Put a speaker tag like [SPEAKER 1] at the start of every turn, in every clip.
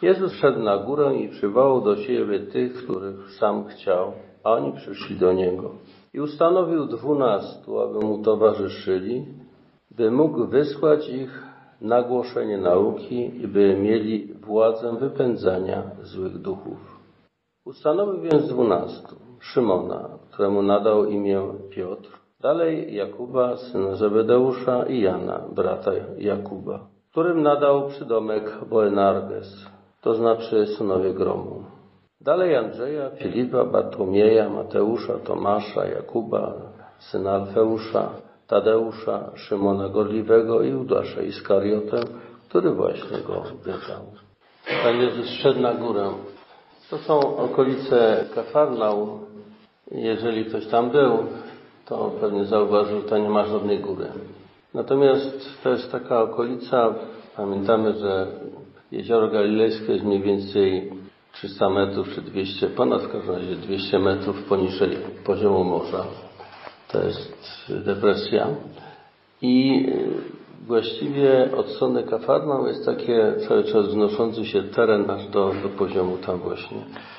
[SPEAKER 1] Jezus szedł na górę i przywołał do siebie tych, których sam chciał, a oni przyszli do Niego. I ustanowił 12, aby Mu towarzyszyli, by mógł wysłać ich na głoszenie nauki i by mieli władzę wypędzania złych duchów. Ustanowił więc 12. Szymona, któremu nadał imię Piotr, dalej Jakuba, syna Zebedeusza i Jana, brata Jakuba, którym nadał przydomek Boanerges, to znaczy synowie gromu. Dalej Andrzeja, Filipa, Bartłomieja, Mateusza, Tomasza, Jakuba, syna Alfeusza, Tadeusza, Szymona Gorliwego i Judasza Iskariotę, który właśnie go wydał. Pan Jezus szedł na górę. To są okolice Kafarnaum. Jeżeli ktoś tam był, to pewnie zauważył, że to nie ma żadnej góry. Natomiast to jest taka okolica, pamiętamy, że jezioro Galilejskie jest mniej więcej 300 metrów czy 200, ponad w każdym razie 200 metrów poniżej poziomu morza. To jest depresja. I właściwie od strony Kafarnaum jest takie cały czas wznoszący się teren aż do poziomu tam właśnie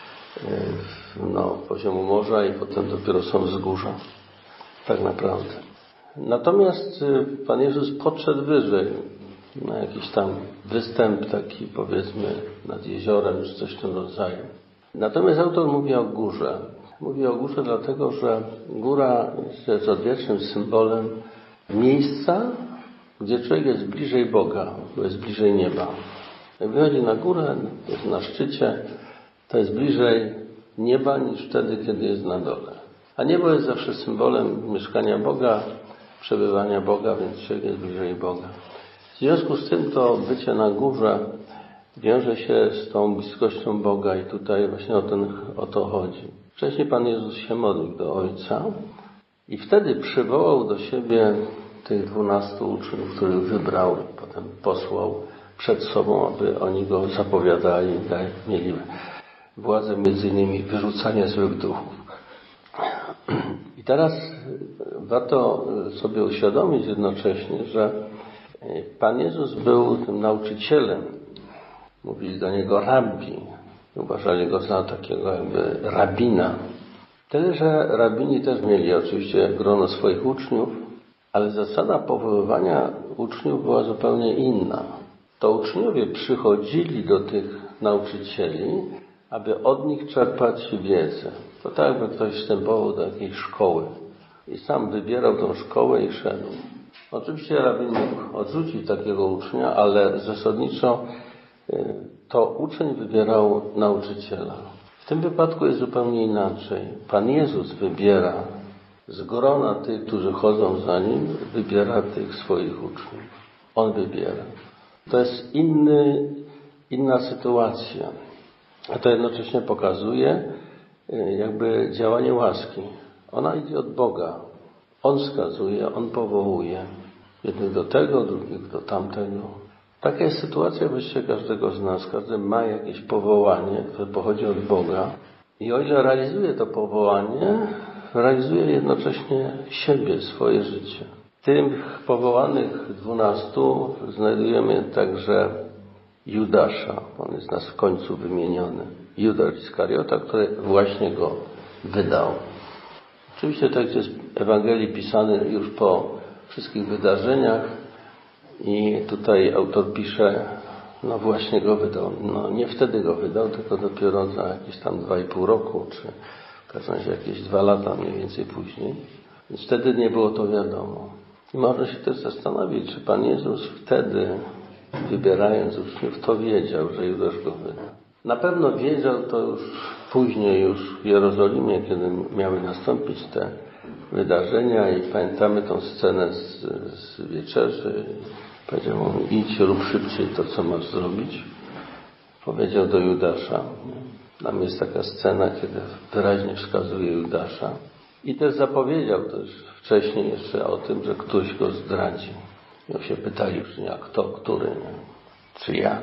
[SPEAKER 1] poziomu morza i potem dopiero są wzgórza. Tak naprawdę. Natomiast Pan Jezus podszedł wyżej na jakiś tam występ taki, powiedzmy, nad jeziorem czy coś w tym rodzaju. Natomiast autor mówi o górze. Mówi o górze dlatego, że góra jest odwiecznym symbolem miejsca, gdzie człowiek jest bliżej Boga, bo jest bliżej nieba. Jak wychodzi na górę, jest na szczycie, to jest bliżej nieba niż wtedy, kiedy jest na dole. A niebo jest zawsze symbolem mieszkania Boga, przebywania Boga, więc człowiek jest bliżej Boga. W związku z tym to bycie na górze wiąże się z tą bliskością Boga i tutaj właśnie o to chodzi. Wcześniej Pan Jezus się modlił do Ojca i wtedy przywołał do siebie tych 12 uczniów, których wybrał i potem posłał przed sobą, aby oni go zapowiadali, mieli władzę między innymi wyrzucania złych duchów. I teraz warto sobie uświadomić jednocześnie, że Pan Jezus był tym nauczycielem. Mówili do Niego rabbi. Uważali Go za takiego jakby rabina. Tyle, że rabini też mieli oczywiście grono swoich uczniów, ale zasada powoływania uczniów była zupełnie inna. To uczniowie przychodzili do tych nauczycieli, aby od nich czerpać wiedzę. To tak, jakby ktoś wstępował do jakiejś szkoły i sam wybierał tą szkołę i szedł. Oczywiście rabin mógł odrzucić takiego ucznia, ale zasadniczo to uczeń wybierał nauczyciela. W tym wypadku jest zupełnie inaczej. Pan Jezus wybiera z grona tych, którzy chodzą za Nim, wybiera tych swoich uczniów. On wybiera. To jest inna sytuacja. A to jednocześnie pokazuje jakby działanie łaski. Ona idzie od Boga. On wskazuje, On powołuje. Jednych do tego, drugich do tamtego. Taka jest sytuacja właściwie każdego z nas. Każdy ma jakieś powołanie, które pochodzi od Boga. I o ile realizuje to powołanie, realizuje jednocześnie siebie, swoje życie. Tych powołanych 12 znajdujemy także Judasza. On jest nas w końcu wymieniony. Judasz Iskariota, który właśnie go wydał. Oczywiście tekst jest Ewangelii pisany już po wszystkich wydarzeniach i tutaj autor pisze, właśnie go wydał. Nie wtedy go wydał, tylko dopiero za jakieś tam 2,5 roku, czy w każdym razie jakieś 2 lata mniej więcej później. Więc wtedy nie było to wiadomo. I można się też zastanowić, czy Pan Jezus wtedy, wybierając uczniów, to wiedział, że Judasz go wyda. Na pewno wiedział to już później, już w Jerozolimie, kiedy miały nastąpić te wydarzenia i pamiętamy tą scenę z wieczerzy. Powiedział mu, idź, rób szybciej to, co masz zrobić. Powiedział do Judasza. Tam jest taka scena, kiedy wyraźnie wskazuje Judasza. I też zapowiedział też wcześniej jeszcze o tym, że ktoś go zdradzi. I się pytali już, a kto, który, nie? Czy ja.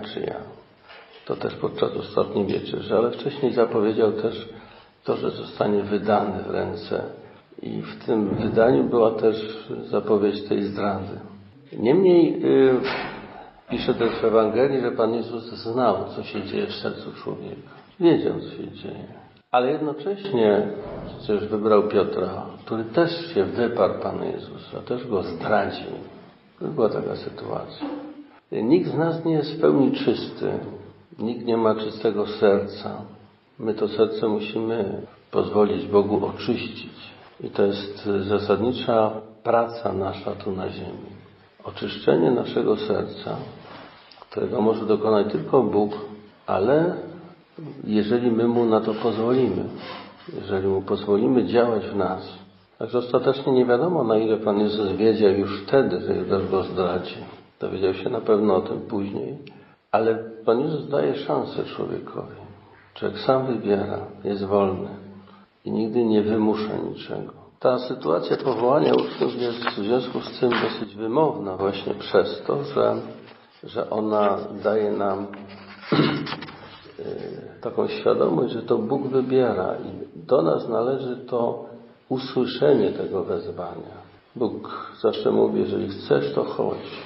[SPEAKER 1] To też podczas ostatniej wieczerzy, ale wcześniej zapowiedział też to, że zostanie wydany w ręce. I w tym wydaniu była też zapowiedź tej zdrady. Niemniej Pisze też w Ewangelii, że Pan Jezus znał, co się dzieje w sercu człowieka. Wiedział, co się dzieje. Ale jednocześnie przecież wybrał Piotra, który też się wyparł Pana Jezusa, też go zdradził. Była taka sytuacja. Nikt z nas nie jest w pełni czysty. Nikt nie ma czystego serca. My to serce musimy pozwolić Bogu oczyścić. I to jest zasadnicza praca nasza tu na ziemi. Oczyszczenie naszego serca, którego może dokonać tylko Bóg, ale jeżeli my Mu na to pozwolimy, jeżeli Mu pozwolimy działać w nas. Także ostatecznie nie wiadomo, na ile Pan Jezus wiedział już wtedy, że Judasz go zdradzi. Dowiedział się na pewno o tym później. Ale Pan Jezus daje szansę człowiekowi. Człowiek sam wybiera, jest wolny i nigdy nie wymusza niczego. Ta sytuacja powołania uczniów jest w związku z tym dosyć wymowna właśnie przez to, że ona daje nam taką świadomość, że to Bóg wybiera i do nas należy to usłyszenie tego wezwania. Bóg zawsze mówi, jeżeli chcesz, to chodź.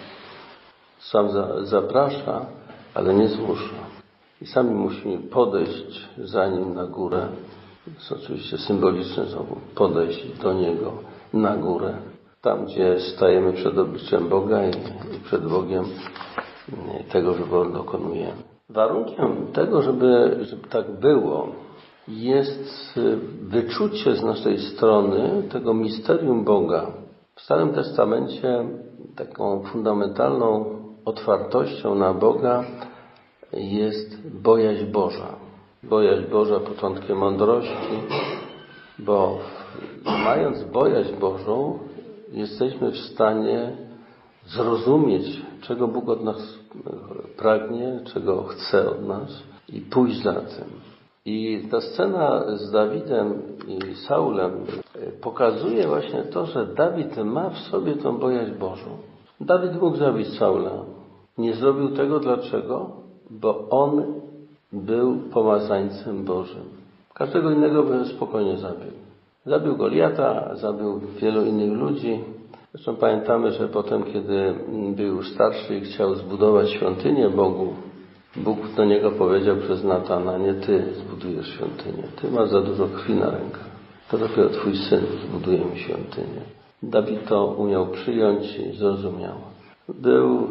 [SPEAKER 1] Sam zaprasza, ale nie zmusza. I sami musimy podejść za Nim na górę. To jest oczywiście symboliczne znowu podejść do Niego na górę. Tam, gdzie stajemy przed obliczem Boga i przed Bogiem tego wyboru dokonujemy. Warunkiem tego, żeby tak było, jest wyczucie z naszej strony tego misterium Boga. W Starym Testamencie taką fundamentalną otwartością na Boga jest bojaźń Boża. Bojaźń Boża początkiem mądrości, bo mając bojaźń Bożą jesteśmy w stanie zrozumieć, czego Bóg od nas pragnie, czego chce od nas i pójść za tym. I ta scena z Dawidem i Saulem pokazuje właśnie to, że Dawid ma w sobie tą bojaźń Bożą. Dawid mógł zabić Saula. Nie zrobił tego dlaczego? Bo on był pomazańcem Bożym. Każdego innego by spokojnie zabił. Zabił Goliata, zabił wielu innych ludzi. Zresztą pamiętamy, że potem, kiedy był już starszy i chciał zbudować świątynię Bogu, Bóg do niego powiedział przez Natana: nie ty zbudujesz świątynię, ty masz za dużo krwi na rękach. To dopiero twój syn zbuduje mi świątynię. Dawid to umiał przyjąć i zrozumiał. Był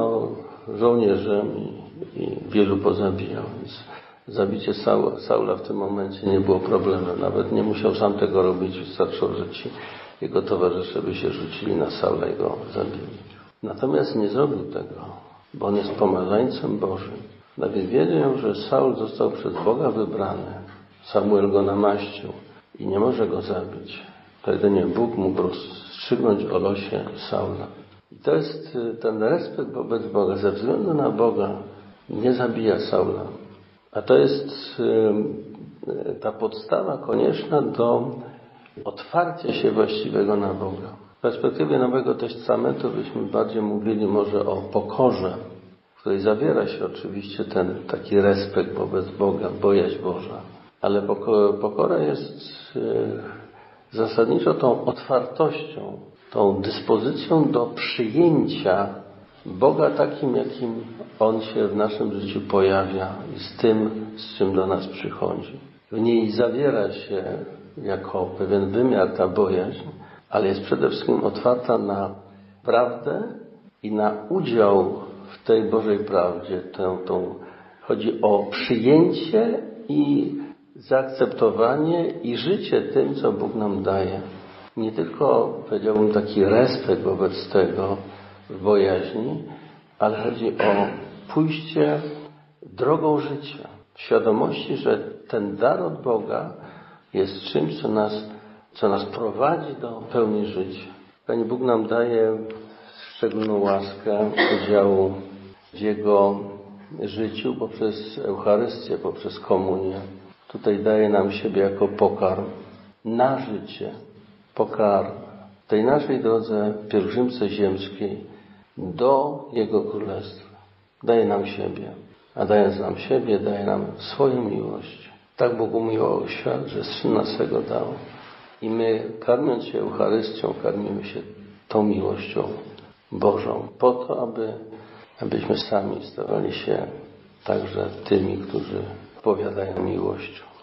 [SPEAKER 1] żołnierzem i wielu pozabijał, więc zabicie Saula w tym momencie nie było problemem. Nawet nie musiał sam tego robić, wystarczyło, że jego towarzysze by się rzucili na Saula i go zabili. Natomiast nie zrobił tego, bo on jest pomazańcem Bożym. Dawid wiedział, że Saul został przez Boga wybrany. Samuel go namaścił i nie może go zabić. To jedynie Bóg mógł rozstrzygnąć o losie Saula. I to jest ten respekt wobec Boga. Ze względu na Boga nie zabija Saula. A to jest ta podstawa konieczna do otwarcia się właściwego na Boga. W perspektywie Nowego Testamentu byśmy bardziej mówili może o pokorze, w której zawiera się oczywiście ten taki respekt wobec Boga, bojaźń Boża. Ale pokora jest zasadniczo tą otwartością, tą dyspozycją do przyjęcia Boga takim, jakim On się w naszym życiu pojawia i z tym, z czym do nas przychodzi. W niej zawiera się jako pewien wymiar ta bojaźń, ale jest przede wszystkim otwarta na prawdę i na udział w tej Bożej prawdzie. Chodzi o przyjęcie i zaakceptowanie i życie tym, co Bóg nam daje. Nie tylko, powiedziałbym, taki respekt wobec tego w bojaźni, ale chodzi o pójście drogą życia. W świadomości, że ten dar od Boga jest czymś, co nas prowadzi do pełni życia. Panie Bóg nam daje szczególną łaskę udziału w Jego życiu poprzez Eucharystię, poprzez komunię. Tutaj daje nam siebie jako pokarm na życie. Pokarm w tej naszej drodze pielgrzymce ziemskiej do Jego Królestwa. Daje nam siebie. A dając nam siebie, daje nam swoją miłość. Tak Bóg umiłował świat, że Syna swego dał. I my, karmiąc się Eucharystią, karmimy się tą miłością Bożą. Po to, aby abyśmy sami stawali się także tymi, którzy powiadają miłością.